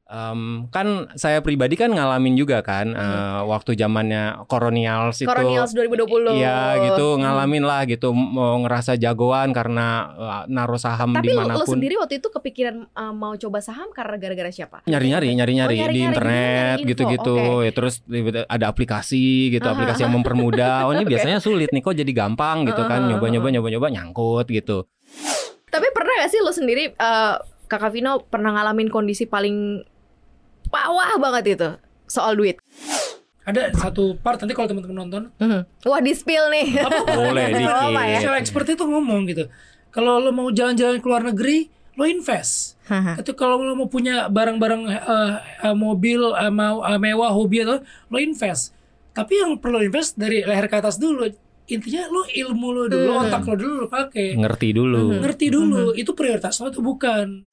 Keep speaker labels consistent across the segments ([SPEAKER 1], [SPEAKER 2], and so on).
[SPEAKER 1] Kan saya pribadi kan ngalamin juga kan waktu zamannya Coronials itu.
[SPEAKER 2] Coronials 2020.
[SPEAKER 1] Iya gitu, ngalamin lah gitu, mau ngerasa jagoan karena naruh saham
[SPEAKER 2] Tapi
[SPEAKER 1] dimanapun.
[SPEAKER 2] lo sendiri waktu itu kepikiran mau coba saham karena gara-gara siapa?
[SPEAKER 1] Nyari-nyari di internet
[SPEAKER 2] nyari info,
[SPEAKER 1] gitu-gitu. Ya, terus ada aplikasi gitu, aplikasi yang mempermudah. Oh ini biasanya sulit nih, kok jadi gampang gitu kan. Nyoba-nyoba nyangkut gitu.
[SPEAKER 2] Tapi pernah gak sih lo sendiri, Kakak Vino pernah ngalamin kondisi paling bawah banget itu soal duit?
[SPEAKER 3] Ada satu part nanti kalau teman-teman nonton.
[SPEAKER 2] Wah, di spill nih.
[SPEAKER 1] Boleh dikit.
[SPEAKER 3] Secara expert itu ngomong gitu. Kalau lo mau jalan-jalan ke luar negeri, lo invest. Itu kalau lo mau punya barang-barang mobil mau mewah, hobi atau lo invest. Tapi yang perlu invest dari leher ke atas dulu. Intinya lo ilmu lo dulu, otak lo dulu lo pakai.
[SPEAKER 1] Ngerti dulu.
[SPEAKER 3] Itu prioritas lo tuh bukan.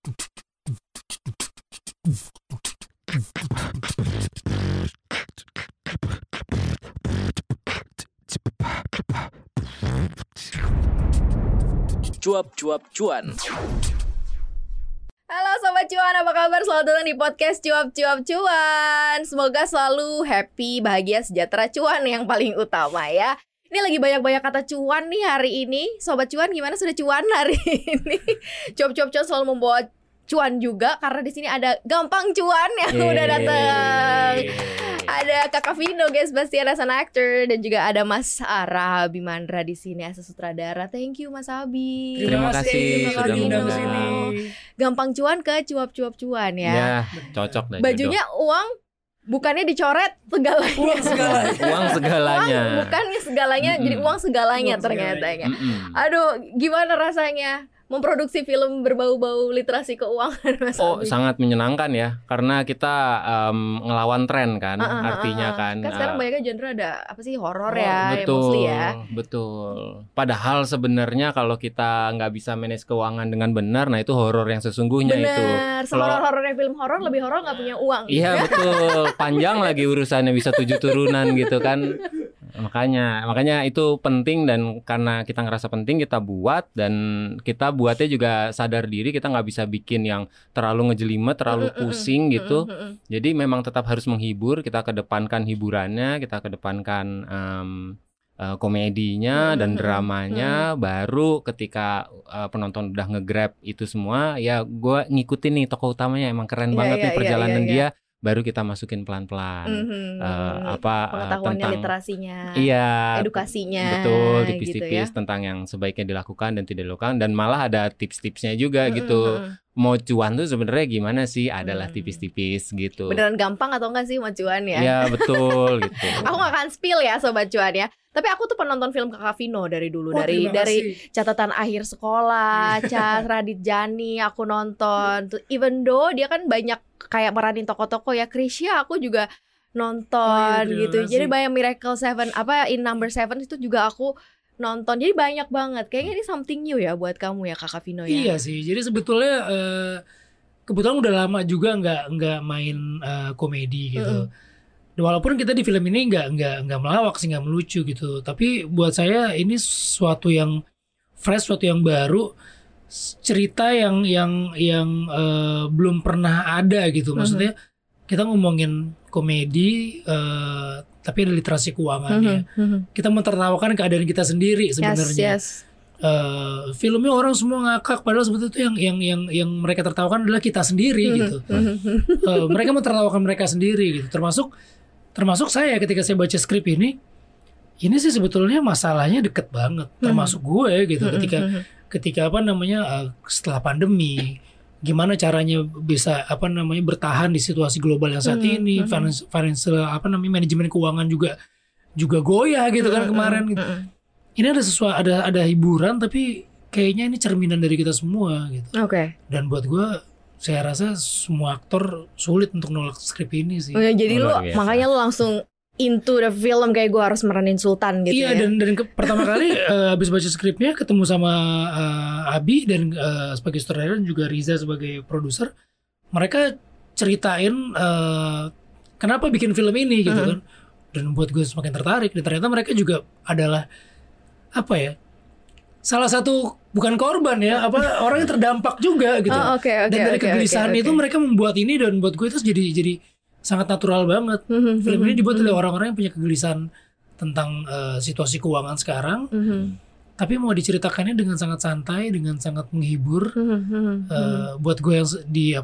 [SPEAKER 4] Cuap-cuap cuan.
[SPEAKER 2] Halo Sobat Cuan, apa kabar? Selamat datang di podcast Cuap-cuap cuan. Semoga selalu happy, bahagia, sejahtera, cuan yang paling utama ya. Ini lagi banyak-banyak kata cuan nih hari ini. Sobat Cuan gimana, sudah cuan hari ini? Cuap-cuap cuan selalu membawa cuan juga, karena di sini ada Gampang Cuan yang udah datang. Ada Kakak Vino, guys, Bastian as an actor, dan juga ada Mas Ara Bimandra di sini as a sutradara. Thank you Mas Abi.
[SPEAKER 1] Terima kasih sudah
[SPEAKER 3] diundang
[SPEAKER 1] mengundang.
[SPEAKER 3] ke sini.
[SPEAKER 2] Gampang Cuan ke cuap-cuap cuan ya.
[SPEAKER 1] Ya, cocok deh.
[SPEAKER 2] Bajunya uang, bukannya dicoret segalanya.
[SPEAKER 3] Uang segalanya.
[SPEAKER 1] Uang segalanya.
[SPEAKER 2] Uang bukannya segalanya, jadi uang segalanya
[SPEAKER 3] Uang
[SPEAKER 2] ternyata ya.
[SPEAKER 1] Mm-mm.
[SPEAKER 2] Aduh, gimana rasanya memproduksi film berbau-bau literasi keuangan, Mas
[SPEAKER 1] Oh,
[SPEAKER 2] Abi?
[SPEAKER 1] sangat menyenangkan ya, karena kita ngelawan tren kan, artinya kan.
[SPEAKER 2] Kan sekarang banyaknya genre ada apa sih, horor
[SPEAKER 3] Oh,
[SPEAKER 2] ya,
[SPEAKER 1] Betul,
[SPEAKER 2] mostly ya.
[SPEAKER 1] betul. Padahal sebenarnya kalau kita nggak bisa manage keuangan dengan benar, nah itu horor yang sesungguhnya itu.
[SPEAKER 2] Bener, sehoror-horornya film horor, lebih horor nggak punya uang.
[SPEAKER 1] Iya betul, panjang lagi urusannya, bisa 7 turunan gitu kan. Makanya itu penting, dan karena kita ngerasa penting kita buat, dan kita buatnya juga sadar diri, kita nggak bisa bikin yang terlalu ngejelimet, terlalu pusing gitu. Jadi memang tetap harus menghibur, kita kedepankan hiburannya, kita kedepankan komedinya dan dramanya. Baru ketika penonton udah nge-grab itu semua, ya gue ngikutin nih tokoh utamanya, emang keren banget nih perjalanan dia. Baru kita masukin pelan-pelan
[SPEAKER 2] pengetahuannya,
[SPEAKER 1] tentang
[SPEAKER 2] literasinya,
[SPEAKER 1] iya,
[SPEAKER 2] edukasinya,
[SPEAKER 1] betul, tipis-tipis
[SPEAKER 2] gitu ya.
[SPEAKER 1] tentang yang sebaiknya dilakukan dan tidak dilakukan, dan malah ada tips-tipsnya juga gitu. Mau cuan tuh sebenarnya gimana sih? Adalah tipis-tipis gitu.
[SPEAKER 2] Beneran gampang atau enggak sih mau cuan ya?
[SPEAKER 1] Iya betul gitu.
[SPEAKER 2] Aku gak akan spill ya Sobat Cuan ya. Tapi aku tuh penonton film Kakak Vino dari dulu.
[SPEAKER 3] Oh,
[SPEAKER 2] dari
[SPEAKER 3] terima
[SPEAKER 2] catatan akhir sekolah, Cas Radit Jani aku nonton. Even though dia kan banyak kayak meranin tokoh-tokoh ya, Krisya aku juga nonton gitu.
[SPEAKER 3] kasih.
[SPEAKER 2] Jadi banyak Miracle 7, In Number 7 itu juga aku nonton. Jadi banyak banget. Kayaknya ini something new ya buat kamu ya Kakak Vino ya.
[SPEAKER 3] Iya sih. Jadi sebetulnya kebetulan udah lama juga nggak main komedi gitu. Walaupun kita di film ini nggak melawak sih, nggak melucu gitu. Tapi buat saya ini sesuatu yang fresh, sesuatu yang baru, cerita yang belum pernah ada gitu. Maksudnya kita ngomongin komedi, tapi ada literasi keuangannya. Kita mentertawakan keadaan kita sendiri sebenarnya.
[SPEAKER 2] Yes.
[SPEAKER 3] Filmnya orang semua ngakak, padahal sebetulnya itu yang mereka tertawakan adalah kita sendiri gitu. Mereka mentertawakan mereka sendiri gitu. Termasuk saya ketika saya baca skrip ini sih sebetulnya masalahnya deket banget, termasuk gue gitu. Ketika setelah pandemi, gimana caranya bisa bertahan di situasi global yang saat ini, financial manajemen keuangan juga goyah gitu kan kemarin gitu. Ini ada hiburan, tapi kayaknya ini cerminan dari kita semua gitu.
[SPEAKER 2] Oke.
[SPEAKER 3] Dan buat gue, saya rasa semua aktor sulit untuk nolak skrip ini sih.
[SPEAKER 2] Jadi makanya lu langsung into the film, kayak gue harus meranin Sultan gitu.
[SPEAKER 3] Iya,
[SPEAKER 2] ya.
[SPEAKER 3] dan pertama kali habis baca skripnya, ketemu sama Abi dan sebagai sutradara dan juga Riza sebagai produser, mereka ceritain kenapa bikin film ini gitu kan. Dan buat gue semakin tertarik, dan ternyata mereka juga adalah salah satu bukan korban ya, orang yang terdampak juga gitu.
[SPEAKER 2] Oh, oke,
[SPEAKER 3] Dan dari kegelisahan itu mereka membuat ini, dan buat gue itu jadi sangat natural banget. Film ini dibuat oleh orang-orang yang punya kegelisahan tentang situasi keuangan sekarang, tapi mau diceritakannya dengan sangat santai, dengan sangat menghibur. Buat gue yang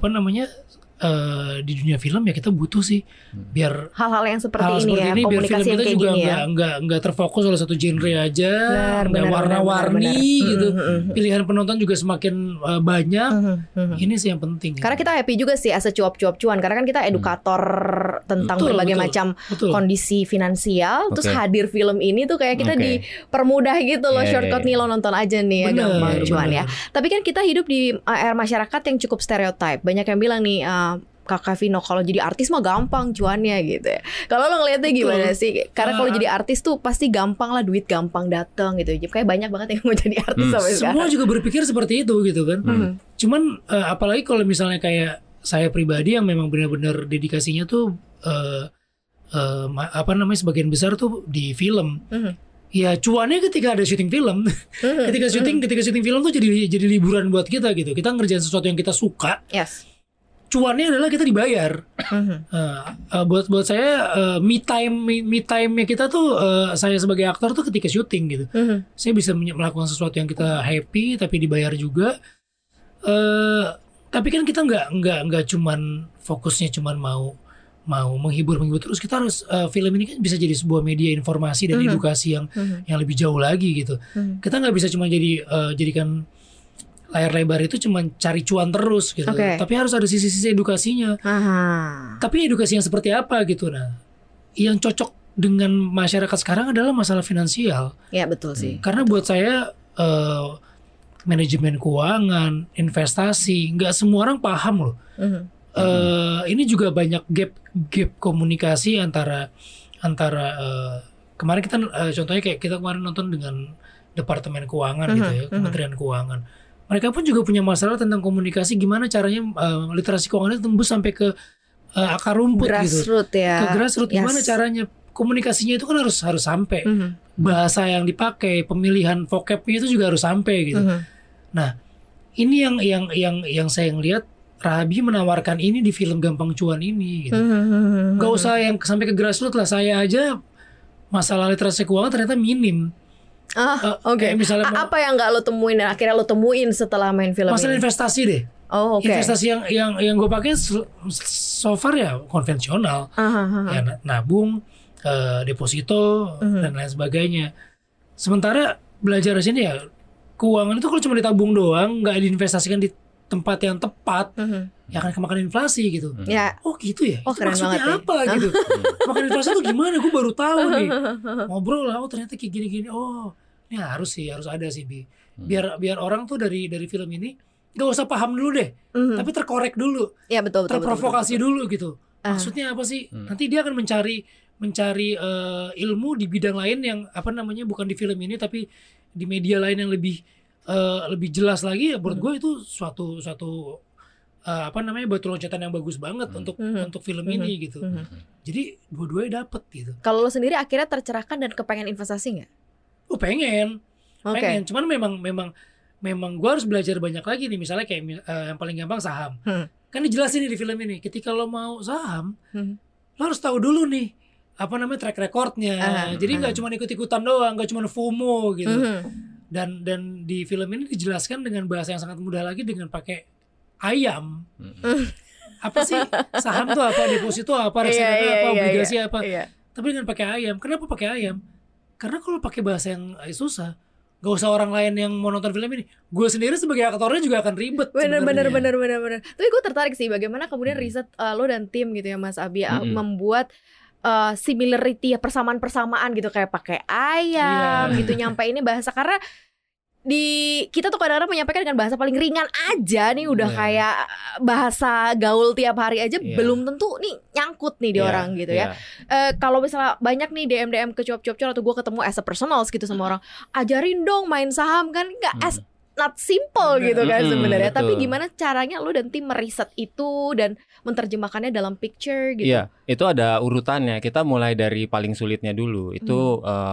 [SPEAKER 3] di dunia film ya, kita butuh sih biar
[SPEAKER 2] hal-hal yang seperti ini
[SPEAKER 3] biar
[SPEAKER 2] komunikasi
[SPEAKER 3] film
[SPEAKER 2] yang
[SPEAKER 3] kita
[SPEAKER 2] kayak
[SPEAKER 3] juga
[SPEAKER 2] gini ya.
[SPEAKER 3] nggak terfokus oleh satu genre aja, nggak warna-warni gitu. Pilihan penonton juga semakin banyak. Ini sih yang penting.
[SPEAKER 2] Karena kita happy juga sih as a cuap-cuap cuan, karena kan kita edukator tentang berbagai macam kondisi finansial. Terus hadir film ini tuh kayak kita dipermudah gitu loh, shortcut nih lo nonton aja nih ya, gampang cuan ya. Tapi kan kita hidup di era masyarakat yang cukup stereotype. Banyak yang bilang nih, Kakak Vino, kalau jadi artis mah gampang cuannya gitu ya. Kalau lo ngeliatnya gimana sih? Karena kalau jadi artis tuh pasti gampang lah, duit gampang datang gitu. Kayak banyak banget yang mau jadi artis sampai sekarang.
[SPEAKER 3] Semua juga berpikir seperti itu gitu kan. Cuman apalagi kalau misalnya kayak saya pribadi yang memang benar-benar dedikasinya tuh sebagian besar tuh di film. Ya cuannya ketika ada syuting film. ketika syuting film tuh jadi liburan buat kita gitu. Kita ngerjain sesuatu yang kita suka.
[SPEAKER 2] Yes.
[SPEAKER 3] Cuannya adalah kita dibayar. Buat saya me time-nya kita tuh saya sebagai aktor tuh ketika syuting gitu. Saya bisa melakukan sesuatu yang kita happy tapi dibayar juga. Tapi kan kita nggak cuman fokusnya cuman mau menghibur terus. Kita harus film ini kan bisa jadi sebuah media informasi dan edukasi yang lebih jauh lagi gitu. Kita nggak bisa cuma jadikan layar lebar itu cuma cari cuan terus gitu. Tapi harus ada sisi-sisi edukasinya. Tapi edukasi yang seperti apa gitu. Nah, yang cocok dengan masyarakat sekarang adalah masalah finansial.
[SPEAKER 2] Ya betul sih.
[SPEAKER 3] Karena buat saya manajemen keuangan, investasi, nggak semua orang paham loh. Ini juga banyak gap komunikasi antara kemarin kita contohnya kayak kita kemarin nonton dengan Departemen Keuangan gitu ya, Kementerian Keuangan. Mereka pun juga punya masalah tentang komunikasi, gimana caranya literasi keuangan itu tembus sampai ke akar rumput
[SPEAKER 2] grassroot
[SPEAKER 3] gitu.
[SPEAKER 2] ya.
[SPEAKER 3] Ke grassroots gimana caranya komunikasinya itu kan harus sampai. Bahasa yang dipakai, pemilihan vocabnya itu juga harus sampai gitu. Nah, ini yang saya ngelihat Rabi menawarkan ini di film Gampang Cuan ini gitu. Gak usah yang sampai ke grassroots lah. Saya aja masalah literasi keuangan ternyata minim. Misalnya
[SPEAKER 2] apa yang nggak lo temuin dan akhirnya lo temuin setelah main film
[SPEAKER 3] masalah
[SPEAKER 2] ini?
[SPEAKER 3] Investasi deh. Investasi yang gue pakai so far ya konvensional, ya nabung, deposito dan lain sebagainya. Sementara belajar di sini ya keuangan itu kalau cuma ditabung doang, nggak diinvestasikan di tempat yang tepat, ya akan kemakan inflasi gitu. Oh gitu ya. Itu maksudnya apa gitu? Makan inflasi itu gimana? Gue baru tahu nih. Ngobrol lah, ternyata kayak gini-gini. Oh, ini harus ada sih Bi. Biar orang tuh dari film ini gak usah paham dulu deh, tapi terkorek dulu.
[SPEAKER 2] Ya betul.
[SPEAKER 3] Terprovokasi dulu gitu. Maksudnya apa sih? Nanti dia akan mencari ilmu di bidang lain yang bukan di film ini tapi di media lain yang lebih jelas lagi. Menurut gue itu suatu batu loncatan yang bagus banget untuk film ini gitu. Jadi dua-duanya dapet gitu.
[SPEAKER 2] Kalau lo sendiri akhirnya tercerahkan dan kepengen investasi nggak?
[SPEAKER 3] Pengen. Cuman memang gue harus belajar banyak lagi nih. Misalnya kayak yang paling gampang saham. Kan dijelasin nih di film ini. Ketika lo mau saham, lo harus tahu dulu nih track recordnya. Jadi nggak cuma ikut-ikutan doang, nggak cuma FOMO gitu. Dan di film ini dijelaskan dengan bahasa yang sangat mudah lagi dengan pakai ayam. Apa sih saham tuh apa, deposito apa, reksadana apa, obligasi apa. Tapi dengan pakai ayam. Kenapa pakai ayam? Karena kalau pakai bahasa yang susah, gak usah orang lain yang mau nonton film ini. Gue sendiri sebagai aktornya juga akan ribet.
[SPEAKER 2] Bener. Tapi gue tertarik sih bagaimana kemudian riset lo dan tim gitu ya Mas Abi membuat similarity ya, persamaan gitu kayak pakai ayam gitu nyampe ini bahasa, karena kita tuh kadang-kadang menyampaikan dengan bahasa paling ringan aja nih udah kayak bahasa gaul tiap hari aja belum tentu nih nyangkut nih di orang gitu ya. Kalau misalnya banyak nih DM ke cuap-cuap atau gue ketemu as a personals gitu sama orang, ajarin dong main saham, kan nggak as not simple gitu kan sebenarnya. Tapi gimana caranya lo dan tim meriset itu dan menerjemahkannya dalam picture gitu?
[SPEAKER 1] Iya, itu ada urutannya. Kita mulai dari paling sulitnya dulu. Itu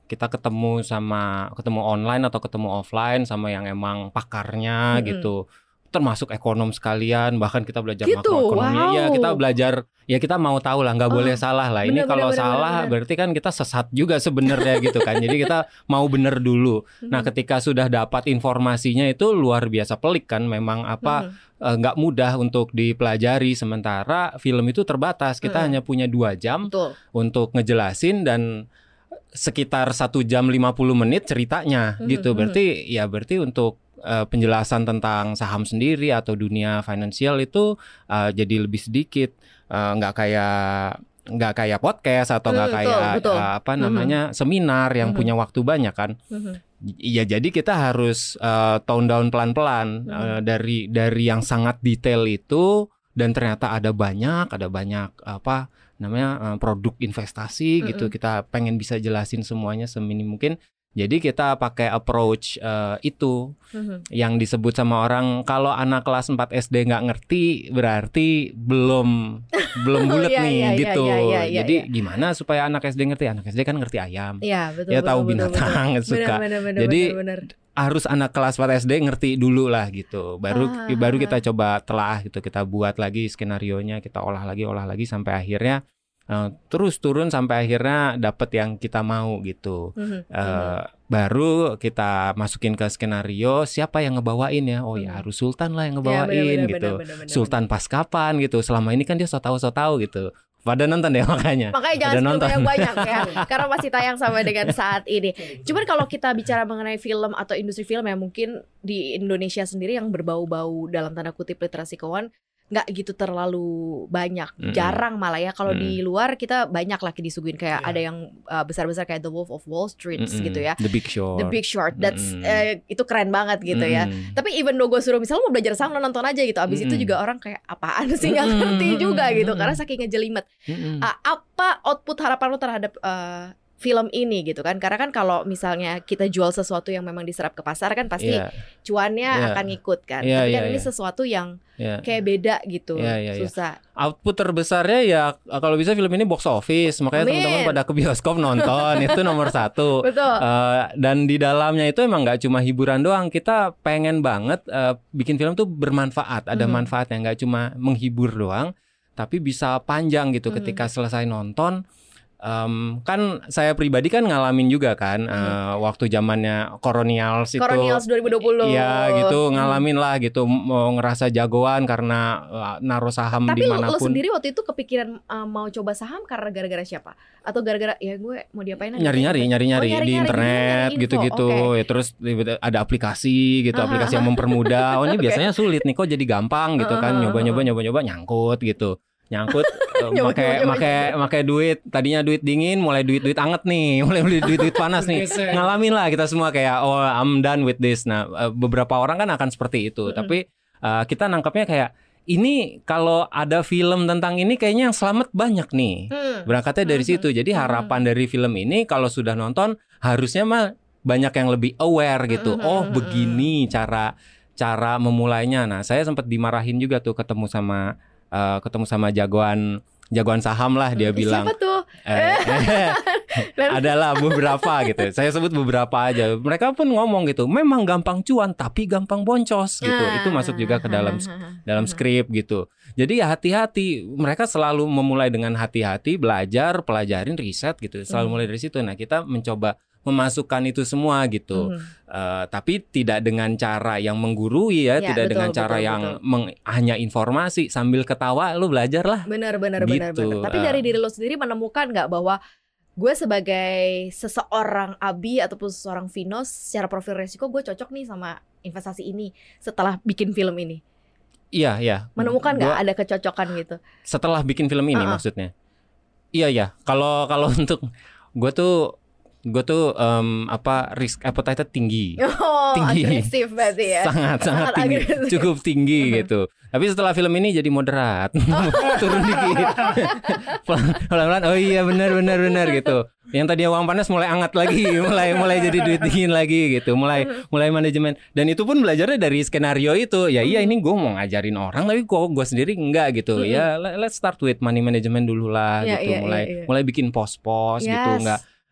[SPEAKER 1] kita ketemu online atau ketemu offline sama yang emang pakarnya gitu. Termasuk ekonom sekalian, bahkan kita belajar
[SPEAKER 2] Gitu,
[SPEAKER 1] makroekonomi.
[SPEAKER 2] wow.
[SPEAKER 1] Ya kita belajar, ya kita mau tahu lah, nggak boleh salah lah. Ini
[SPEAKER 2] bener,
[SPEAKER 1] kalau
[SPEAKER 2] bener,
[SPEAKER 1] salah
[SPEAKER 2] bener.
[SPEAKER 1] berarti kan kita sesat juga sebenarnya gitu kan. Jadi kita mau bener dulu. Nah ketika sudah dapat informasinya itu luar biasa pelik kan. Memang nggak mudah untuk dipelajari. Sementara film itu terbatas. Kita hanya punya 2 jam
[SPEAKER 2] Betul.
[SPEAKER 1] untuk ngejelasin dan sekitar 1 jam 50 menit ceritanya gitu. Berarti untuk penjelasan tentang saham sendiri atau dunia finansial itu jadi lebih sedikit, nggak kayak podcast atau nggak kayak
[SPEAKER 2] betul.
[SPEAKER 1] seminar yang punya waktu banyak kan. Ya jadi kita harus tone down pelan-pelan dari yang sangat detail itu, dan ternyata ada banyak produk investasi gitu. Kita pengen bisa jelasin semuanya seminim mungkin. Jadi kita pakai approach itu yang disebut sama orang, kalau anak kelas 4 SD nggak ngerti berarti belum bulet gitu. Jadi gimana supaya anak SD ngerti? Anak SD kan ngerti ayam, tahu binatang, suka. Jadi harus anak kelas 4 SD ngerti dulu lah gitu. Baru kita coba telah gitu, kita buat lagi skenarionya, kita olah lagi sampai akhirnya terus turun sampai akhirnya dapet yang kita mau gitu. Baru kita masukin ke skenario, siapa yang ngebawain ya? Oh ya harus Sultan lah yang ngebawain gitu. Sultan pas kapan gitu. Selama ini kan dia so tahu gitu. Pada nonton deh makanya
[SPEAKER 2] jangan yang banyak ya, karena masih tayang sampai dengan saat ini. Cuman kalau kita bicara mengenai film atau industri film yang mungkin di Indonesia sendiri yang berbau-bau dalam tanda kutip literasi keuangan nggak gitu terlalu banyak, jarang malah ya. Kalau di luar kita banyak lagi disuguhin kayak ada yang besar-besar kayak The Wolf of Wall Street gitu ya,
[SPEAKER 1] The Big Short,
[SPEAKER 2] that's itu keren banget gitu ya. Tapi even though gue suruh misalnya mau belajar saham, lo nonton aja gitu, abis itu juga orang kayak apaan sih, nggak ngerti juga gitu karena saking ngejelimet. Apa output harapan lo terhadap film ini gitu kan? Karena kan kalau misalnya kita jual sesuatu yang memang diserap ke pasar kan pasti cuannya akan ngikut kan. Tapi kan ini sesuatu yang kayak beda gitu, susah.
[SPEAKER 1] Output terbesarnya ya kalau bisa film ini box office, makanya teman-teman pada ke bioskop nonton itu nomor 1.
[SPEAKER 2] Betul.
[SPEAKER 1] Dan di dalamnya itu emang nggak cuma hiburan doang, kita pengen banget bikin film tuh bermanfaat, ada manfaatnya, nggak cuma menghibur doang, tapi bisa panjang gitu. Ketika selesai nonton. Kan saya pribadi kan ngalamin juga kan waktu zamannya Coronials
[SPEAKER 2] 2020.
[SPEAKER 1] Iya gitu, ngalamin lah gitu, mau ngerasa jagoan karena naruh saham dimanapun.
[SPEAKER 2] Tapi lo sendiri waktu itu kepikiran mau coba saham karena gara-gara siapa? Atau gara-gara ya gue mau diapain?
[SPEAKER 1] Nyari-nyari di internet gitu-gitu. Ya, terus ada aplikasi gitu, aplikasi yang mempermudah. Oh ini biasanya sulit nih, kok jadi gampang gitu kan. Nyoba nyangkut gitu. Pakai duit, tadinya duit dingin mulai duit anget nih, mulai duit panas nih. Ngalamin lah kita semua kayak I'm done with this. Nah, beberapa orang kan akan seperti itu. Tapi kita nangkapnya kayak ini kalau ada film tentang ini kayaknya yang selamat banyak nih. Berangkatnya dari situ. Jadi harapan dari film ini kalau sudah nonton harusnya mah banyak yang lebih aware gitu. Oh, begini cara memulainya. Nah, saya sempat dimarahin juga tuh ketemu sama jagoan saham lah, dia bilang.
[SPEAKER 2] Siapa tuh?
[SPEAKER 1] Adalah beberapa gitu. Saya sebut beberapa aja. Mereka pun ngomong gitu, memang gampang cuan tapi gampang boncos gitu. Itu masuk juga ke dalam skrip gitu. Jadi ya hati-hati. Mereka selalu memulai dengan hati-hati, pelajarin riset gitu. Selalu mulai dari situ. Nah, kita mencoba memasukkan itu semua gitu. Tapi tidak dengan cara yang menggurui ya, tidak dengan cara yang hanya informasi sambil ketawa lu belajar lah.
[SPEAKER 2] Benar.
[SPEAKER 1] Gitu.
[SPEAKER 2] Tapi dari diri lo sendiri menemukan nggak bahwa gue sebagai seseorang Abi ataupun seseorang Vinos secara profil resiko gue cocok nih sama investasi ini setelah bikin film ini?
[SPEAKER 1] Iya.
[SPEAKER 2] Menemukan nggak ada kecocokan gitu?
[SPEAKER 1] Setelah bikin film ini maksudnya? Iya. Kalau untuk gue tuh risk appetite tinggi.
[SPEAKER 2] Agresif berarti ya.
[SPEAKER 1] Sangat tinggi, cukup tinggi gitu. Tapi setelah film ini jadi moderat, turun dikit, pelan-pelan. Oh iya benar gitu. Yang tadinya uang panas mulai hangat lagi, mulai jadi duit dingin lagi gitu. Mulai manajemen. Dan itu pun belajarnya dari skenario itu. Ya iya ini gue mau ngajarin orang, tapi gue sendiri enggak gitu. Ya let's start with money management dulu lah gitu. Mulai bikin pos-pos gitu,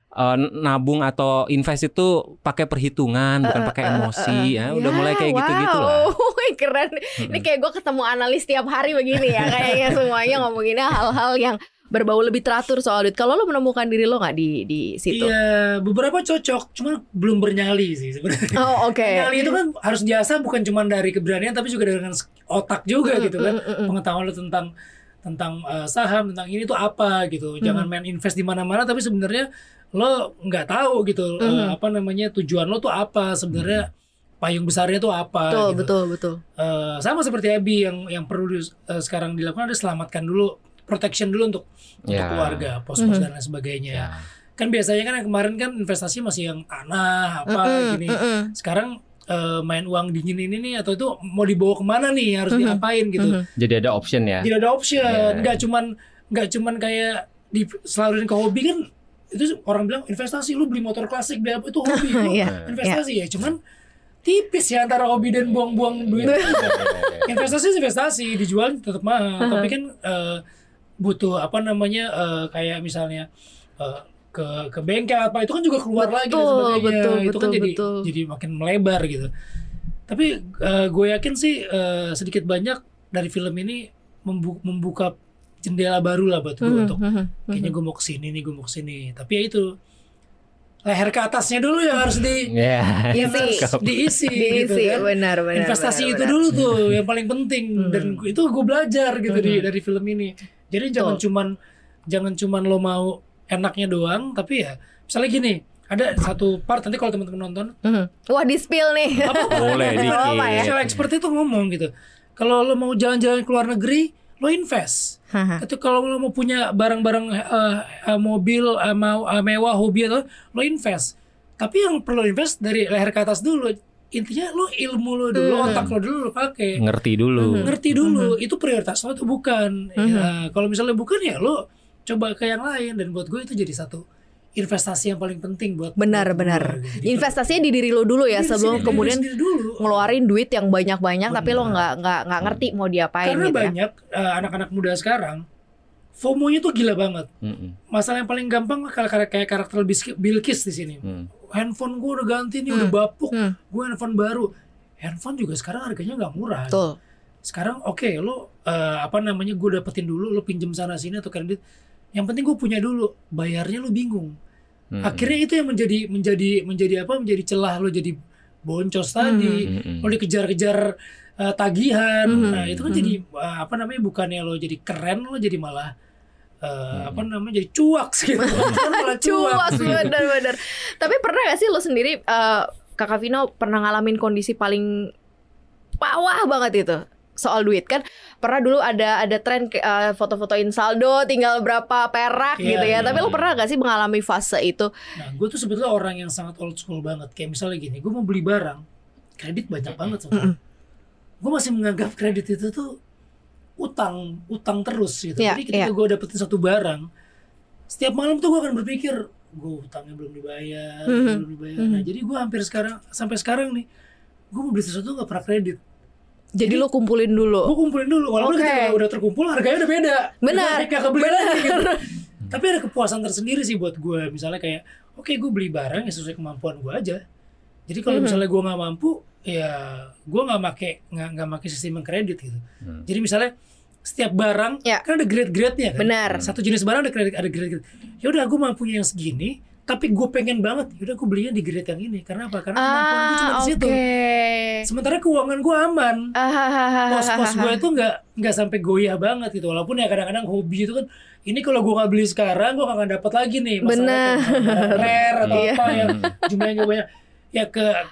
[SPEAKER 1] nabung atau invest itu pakai perhitungan bukan pakai emosi ya. Udah mulai kayak gitu-gitu lah.
[SPEAKER 2] Keren. Ini kayak gue ketemu analis tiap hari begini ya. Kayaknya semuanya ngomonginnya hal-hal yang berbau lebih teratur soal duit. Kalau lo menemukan diri lo nggak di situ?
[SPEAKER 3] Iya, beberapa cocok, cuma belum bernyali sih sebenarnya.
[SPEAKER 2] Oh, oke.
[SPEAKER 3] Nyali itu kan harus biasa, bukan cuma dari keberanian tapi juga dengan otak juga gitu kan. Pengetahuan lo tentang saham, tentang ini tuh apa gitu. Jangan main invest di mana-mana tapi sebenarnya lo nggak tahu gitu tujuan lo tuh apa sebenarnya, payung besarnya tuh apa.
[SPEAKER 2] Betul.
[SPEAKER 3] Sama seperti Abi yang perlu sekarang dilakukan adalah selamatkan dulu, protection dulu untuk keluarga, pos-pos dan lain sebagainya. Kan biasanya kan yang kemarin kan investasi masih yang tanah gini. Sekarang main uang dingin ini nih, atau itu mau dibawa kemana nih, harus diapain gitu.
[SPEAKER 1] Jadi ada option ya.
[SPEAKER 3] Jadi ada option, nggak cuman kayak diselalurin ke hobi kan. Itu orang bilang investasi, lu beli motor klasik, beli apa, itu hobi. Investasi ya cuman tipis ya antara hobi dan buang-buang duit. Investasi dijual tetap mahal, tapi kan butuh kayak misalnya ke bengkel apa, itu kan juga keluar lagi dan sebagainya. Itu kan jadi makin melebar gitu. Tapi gue yakin sih sedikit banyak dari film ini membuka jendela baru lah buat gue untuk kayaknya gue mau kesini. Tapi ya itu, leher ke atasnya dulu yang harus diisi gitu kan.
[SPEAKER 2] Benar.
[SPEAKER 3] Investasi itu dulu tuh yang paling penting. Dan itu gue belajar gitu dari film ini. Jadi jangan cuman lo mau enaknya doang, tapi ya misalnya gini, ada satu part nanti kalau teman-teman nonton,
[SPEAKER 2] wah di spill nih.
[SPEAKER 1] Boleh dikit.
[SPEAKER 3] Misalnya expert itu ngomong gitu, kalau lo mau jalan-jalan ke luar negeri, lo invest. Itu kalau lo mau punya barang-barang mobil mewah, hobi atau lo invest. Tapi yang perlu invest dari leher ke atas dulu. Intinya lo ilmu lo dulu, otak lo dulu lo pakai.
[SPEAKER 1] Ngerti dulu.
[SPEAKER 3] Itu prioritas lo tuh bukan. Ya, kalau misalnya bukan ya lo coba ke yang lain. Dan buat gue itu jadi satu investasi yang paling penting buat
[SPEAKER 2] benar.
[SPEAKER 3] Gitu.
[SPEAKER 2] Investasinya di diri lo dulu ya, sebelum kemudian ngeluarin duit yang banyak-banyak tapi lo nggak ngerti mau diapain.
[SPEAKER 3] Karena
[SPEAKER 2] gitu
[SPEAKER 3] banyak anak-anak muda sekarang FOMO-nya tuh gila banget. Masalah yang paling gampang kayak karakter Bilqis di sini. Handphone gue udah ganti nih, udah bapuk. Gue handphone baru. Handphone juga sekarang harganya nggak murah.
[SPEAKER 2] Betul.
[SPEAKER 3] Sekarang lo gue dapetin dulu, lo pinjem sana sini atau kredit. Yang penting gue punya dulu, bayarnya lo bingung. Akhirnya itu yang menjadi celah lo jadi boncos tadi. Lo dikejar-kejar tagihan. Nah, itu kan jadi bukannya lo jadi keren, lo jadi malah jadi cuak gitu. Malah
[SPEAKER 2] cuak benar. Tapi pernah gak sih lo sendiri, Kakak Vino pernah ngalamin kondisi paling bawah banget itu soal duit? Kan pernah dulu ada tren foto-fotoin saldo tinggal berapa perak gitu ya. Tapi lo pernah gak sih mengalami fase itu?
[SPEAKER 3] Nah, gue tuh sebetulnya orang yang sangat old school banget. Kayak misalnya gini, gue mau beli barang, kredit banyak banget soalnya. Gue masih menganggap kredit itu tuh utang terus gitu. Jadi ketika gue dapetin satu barang, setiap malam tuh gue akan berpikir, gue utangnya belum dibayar. Nah, jadi gue sampai sekarang nih, gue mau beli sesuatu gak pernah kredit.
[SPEAKER 2] Jadi lo kumpulin dulu.
[SPEAKER 3] Gue kumpulin dulu. Walaupun ketika udah terkumpul harganya udah beda.
[SPEAKER 2] Benar.
[SPEAKER 3] Gak kebeli lagi gitu. Tapi ada kepuasan tersendiri sih buat gue. Misalnya kayak, oke, gue beli barang yang sesuai kemampuan gue aja. Jadi kalau misalnya gue nggak mampu, ya gue nggak make sistem kredit gitu. Jadi misalnya setiap barang kan ada grade-grade-nya kan.
[SPEAKER 2] Benar.
[SPEAKER 3] Satu jenis barang ada grade-grade. Ya udah, gue mampunya yang segini, tapi gue pengen banget, yaudah gue belinya di grade yang ini. Karena apa? Karena kemampuan gue cuma di situ. Sementara keuangan gue aman. Pos-pos gue itu nggak sampai goyah banget gitu. Walaupun ya kadang-kadang hobi itu kan, ini kalau gue nggak beli sekarang, gue nggak dapat lagi nih. Masalahnya rare atau apa yang jumlahnya banyak. Ya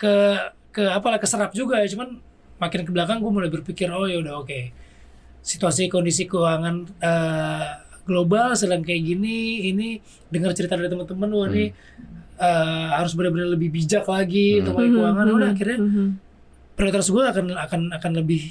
[SPEAKER 3] keserap juga ya. Cuman makin ke belakang gue mulai berpikir, oh ya udah oke. Situasi kondisi keuangan global sedang kayak gini, ini dengar cerita dari teman-teman, wah ini harus benar-benar lebih bijak lagi untuk keuangan. Udah akhirnya prioritas gue akan lebih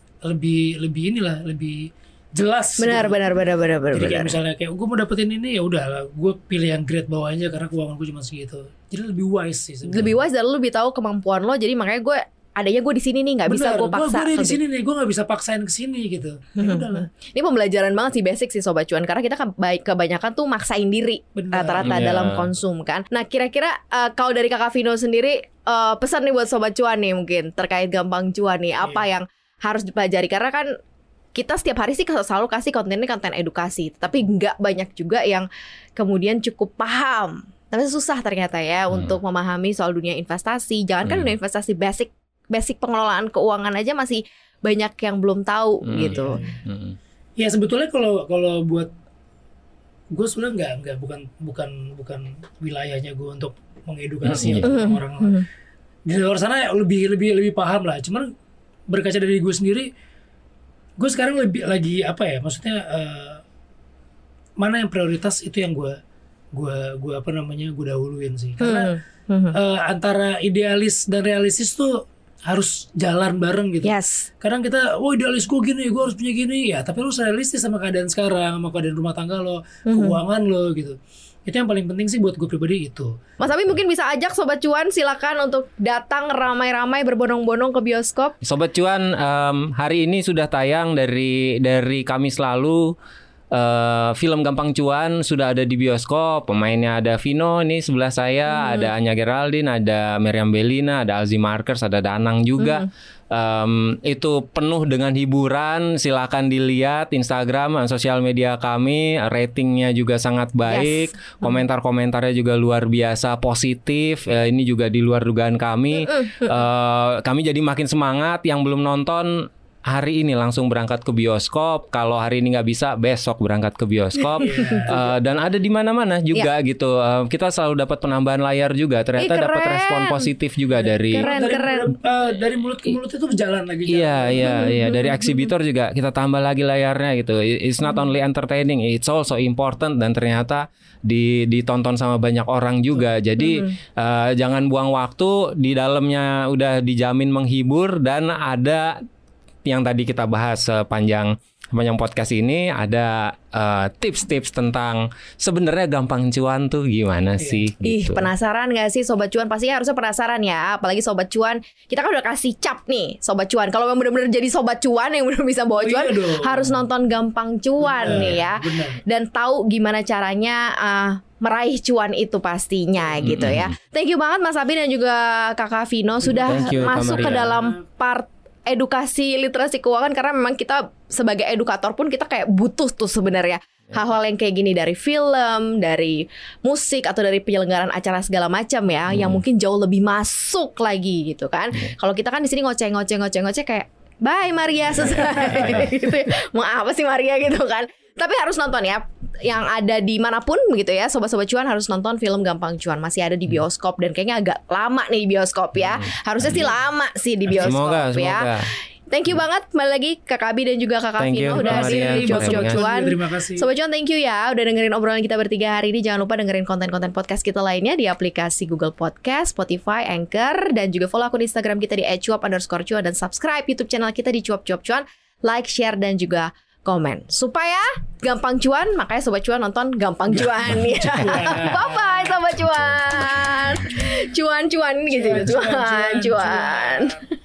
[SPEAKER 3] jelas.
[SPEAKER 2] Benar.
[SPEAKER 3] Jadi kayak misalnya kayak gue mau dapetin ini, ya udah gue pilih yang grade bawah aja karena keuangan gue cuma segitu. Jadi lebih wise sih sebenarnya.
[SPEAKER 2] Lebih wise dan lu lebih tahu kemampuan lo. Jadi makanya gue adanya gue di sini nih, nggak bisa gue paksa.
[SPEAKER 3] Gue di sini nih, gue nggak bisa paksain ke sini gitu. Ya udahlah.
[SPEAKER 2] Ini pembelajaran banget sih, basic sih Sobat Cuan, karena kita kan kebanyakan tuh maksain diri rata-rata dalam konsum kan. Nah kira-kira kalau dari Kakak Vino sendiri pesan nih buat Sobat Cuan nih mungkin terkait gampang cuan nih, apa yang harus dipelajari, karena kan kita setiap hari sih selalu kasih kontennya konten edukasi, tapi nggak banyak juga yang kemudian cukup paham. Tapi susah ternyata ya untuk memahami soal dunia investasi. Jangan kan dunia investasi basic pengelolaan keuangan aja masih banyak yang belum tahu gitu.
[SPEAKER 3] Ya sebetulnya kalau buat gue sebenarnya bukan wilayahnya gue untuk mengedukasi orang-orang. Di luar sana lebih paham lah. Cuman berkaca dari gue sendiri, gue sekarang lagi apa ya? Maksudnya mana yang prioritas itu yang gue dahuluin sih. Karena antara idealis dan realistis tuh harus jalan bareng gitu.
[SPEAKER 2] Yes.
[SPEAKER 3] Kadang kita, idealis gue gini, gue harus punya gini ya. Tapi lu realistis sama keadaan sekarang, sama keadaan rumah tangga lo, keuangan lo gitu. Itu yang paling penting sih buat gue pribadi itu. Mas
[SPEAKER 2] Abi mungkin bisa ajak Sobat Cuan silakan untuk datang ramai-ramai berbondong-bondong ke bioskop.
[SPEAKER 1] Sobat Cuan, hari ini sudah tayang dari Kamis lalu. Film Gampang Cuan sudah ada di bioskop. Pemainnya ada Vino ini sebelah saya, ada Anya Geraldine, ada Meriam Bellina, ada Alzi Markers, ada Danang juga. Itu penuh dengan hiburan. Silakan dilihat Instagram, sosial media kami. Ratingnya juga sangat baik. Komentar-komentarnya juga luar biasa positif. Ini juga di luar dugaan kami. Kami jadi makin semangat. Yang belum nonton, hari ini langsung berangkat ke bioskop. Kalau hari ini nggak bisa, besok berangkat ke bioskop. Dan ada di mana-mana juga gitu. Kita selalu dapat penambahan layar juga. Ternyata dapat respon positif juga dari
[SPEAKER 3] dari mulut ke mulut itu berjalan lagi.
[SPEAKER 1] Iya. Dari eksibitor juga kita tambah lagi layarnya gitu. It's not only entertaining, it's also important. Dan ternyata ditonton sama banyak orang juga. Jadi jangan buang waktu. Di dalamnya udah dijamin menghibur, dan ada yang tadi kita bahas sepanjang podcast ini, ada tips-tips tentang sebenarnya gampang cuan tuh gimana sih gitu.
[SPEAKER 2] Penasaran gak sih Sobat Cuan? Pastinya harusnya penasaran ya. Apalagi Sobat Cuan, kita kan udah kasih cap nih Sobat Cuan. Kalau memang benar-benar jadi Sobat Cuan yang benar bisa bawa cuan, harus nonton Gampang Cuan nih ya. Dan tahu gimana caranya meraih cuan itu pastinya gitu ya. Thank you banget Mas Abi dan juga Kakak Vino sudah masuk ke dalam part edukasi literasi keuangan, karena memang kita sebagai edukator pun kita kayak butuh tuh sebenarnya hal-hal yang kayak gini, dari film, dari musik, atau dari penyelenggaraan acara segala macam ya, yang mungkin jauh lebih masuk lagi gitu kan. Kalau kita kan di sini ngoceh kayak bye Maria, selesai gitu ya. Mau apa sih Maria gitu kan. Tapi harus nonton ya, yang ada di manapun gitu ya. Sobat-sobat cuan harus nonton film Gampang Cuan. Masih ada di bioskop, dan kayaknya agak lama nih di bioskop ya. Harusnya sih lama sih di bioskop ya. Thank you banget kembali lagi Kakak Abi dan juga Kakak Vino udah hadir di Cuap Cuan.
[SPEAKER 3] Terima kasih.
[SPEAKER 2] Sobat Cuan, thank you ya udah dengerin obrolan kita bertiga hari ini. Jangan lupa dengerin konten-konten podcast kita lainnya di aplikasi Google Podcast, Spotify, Anchor, dan juga follow akun Instagram kita di @cuap_cuan, dan subscribe YouTube channel kita di Cuap Cuan. Like, share, dan juga komen supaya gampang cuan. Makanya Sobat Cuan nonton Gampang Cuan ya. Bye-bye Sobat Cuan. Cuan-cuan gitu. Cuan.